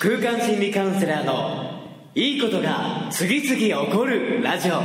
空間心理カウンセラーのいいことが次々起こるラジオ。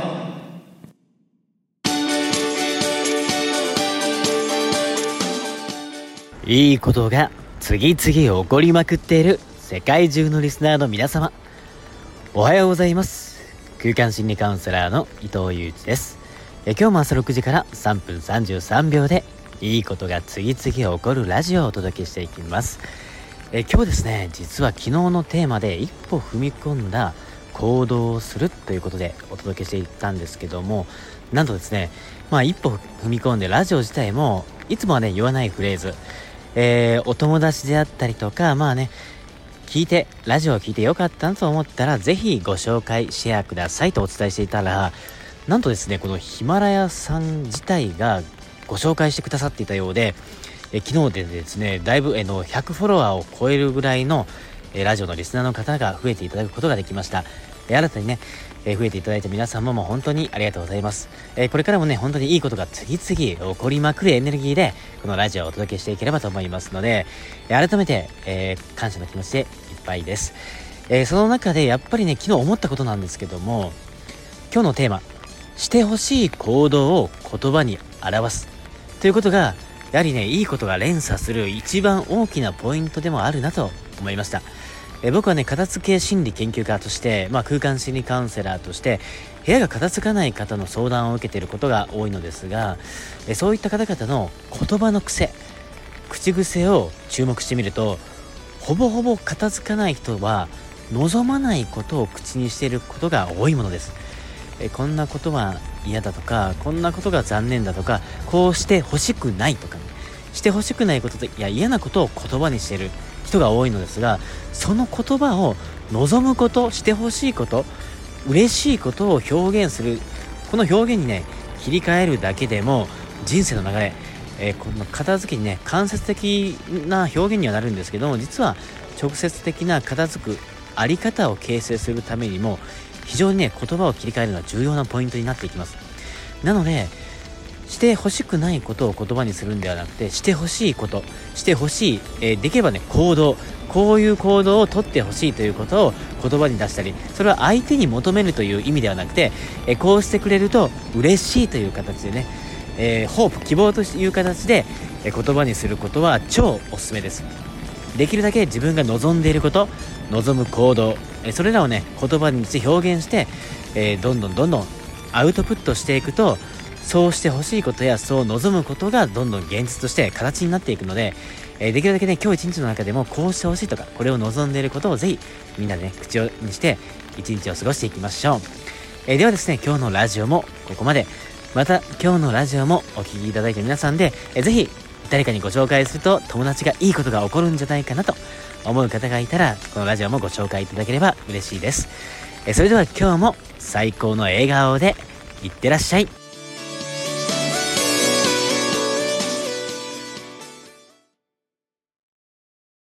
いいことが次々起こりまくっている世界中のリスナーの皆様、おはようございます。空間心理カウンセラーの伊藤祐一です。今日も朝6時から3分33秒でいいことが次々起こるラジオをお届けしていきます。今日ですね、実は昨日のテーマで一歩踏み込んだ行動をするということでお届けしていったんですけども、なんとですね、一歩踏み込んでラジオ自体もいつもはね言わないフレーズ、お友達であったりとかラジオを聞いてよかったなと思ったらぜひご紹介シェアくださいとお伝えしていたら、なんとですねこのヒマラヤさん自体がご紹介してくださっていたようで、昨日でですねだいぶ100フォロワーを超えるぐらいのラジオのリスナーの方が増えていただくことができました。新たにね増えていただいた皆さんも本当にありがとうございます。これからもね本当にいいことが次々起こりまくるエネルギーでこのラジオをお届けしていければと思いますので、改めて、感謝の気持ちでいっぱいです。その中でやっぱりね昨日思ったことなんですけども、今日のテーマ、してほしい行動を言葉に表すということがやはりねいいことが連鎖する一番大きなポイントでもあるなと思いました。僕はね片付け心理研究家として、空間心理カウンセラーとして部屋が片付かない方の相談を受けていることが多いのですが、そういった方々の言葉の癖、口癖を注目してみると、ほぼほぼ片付かない人は望まないことを口にしていることが多いものです。こんなことは嫌だとか、こんなことが残念だとか、こうして欲しくないとか、ね、して欲しくないことや嫌なことを言葉にしている人が多いのですが、その言葉を望むこと、して欲しいこと、嬉しいことを表現する、この表現にね切り替えるだけでも人生の流れ、この片付けにね間接的な表現にはなるんですけども、実は直接的な片付くあり方を形成するためにも非常にね言葉を切り替えるのは重要なポイントになっていきます。なのでしてほしくないことを言葉にするんではなくて、してほしいこと、してほしい、できればね行動、こういう行動をとってほしいということを言葉に出したり、それは相手に求めるという意味ではなくて、こうしてくれると嬉しいという形でね、ホープ、希望という形で、言葉にすることは超おすすめです。できるだけ自分が望んでいること、望む行動、それらをね言葉にして表現して、どんどんアウトプットしていくと、そうしてほしいことやそう望むことがどんどん現実として形になっていくので、できるだけね今日一日の中でもこうしてほしいとか、これを望んでいることをぜひみんなでね口にして一日を過ごしていきましょう。ではですね、今日のラジオもここまで。また今日のラジオもお聞きいただいた皆さんで、ぜひ誰かにご紹介すると友達がいいことが起こるんじゃないかなと思う方がいたら、このラジオもご紹介いただければ嬉しいです。それでは今日も最高の笑顔でいってらっしゃい。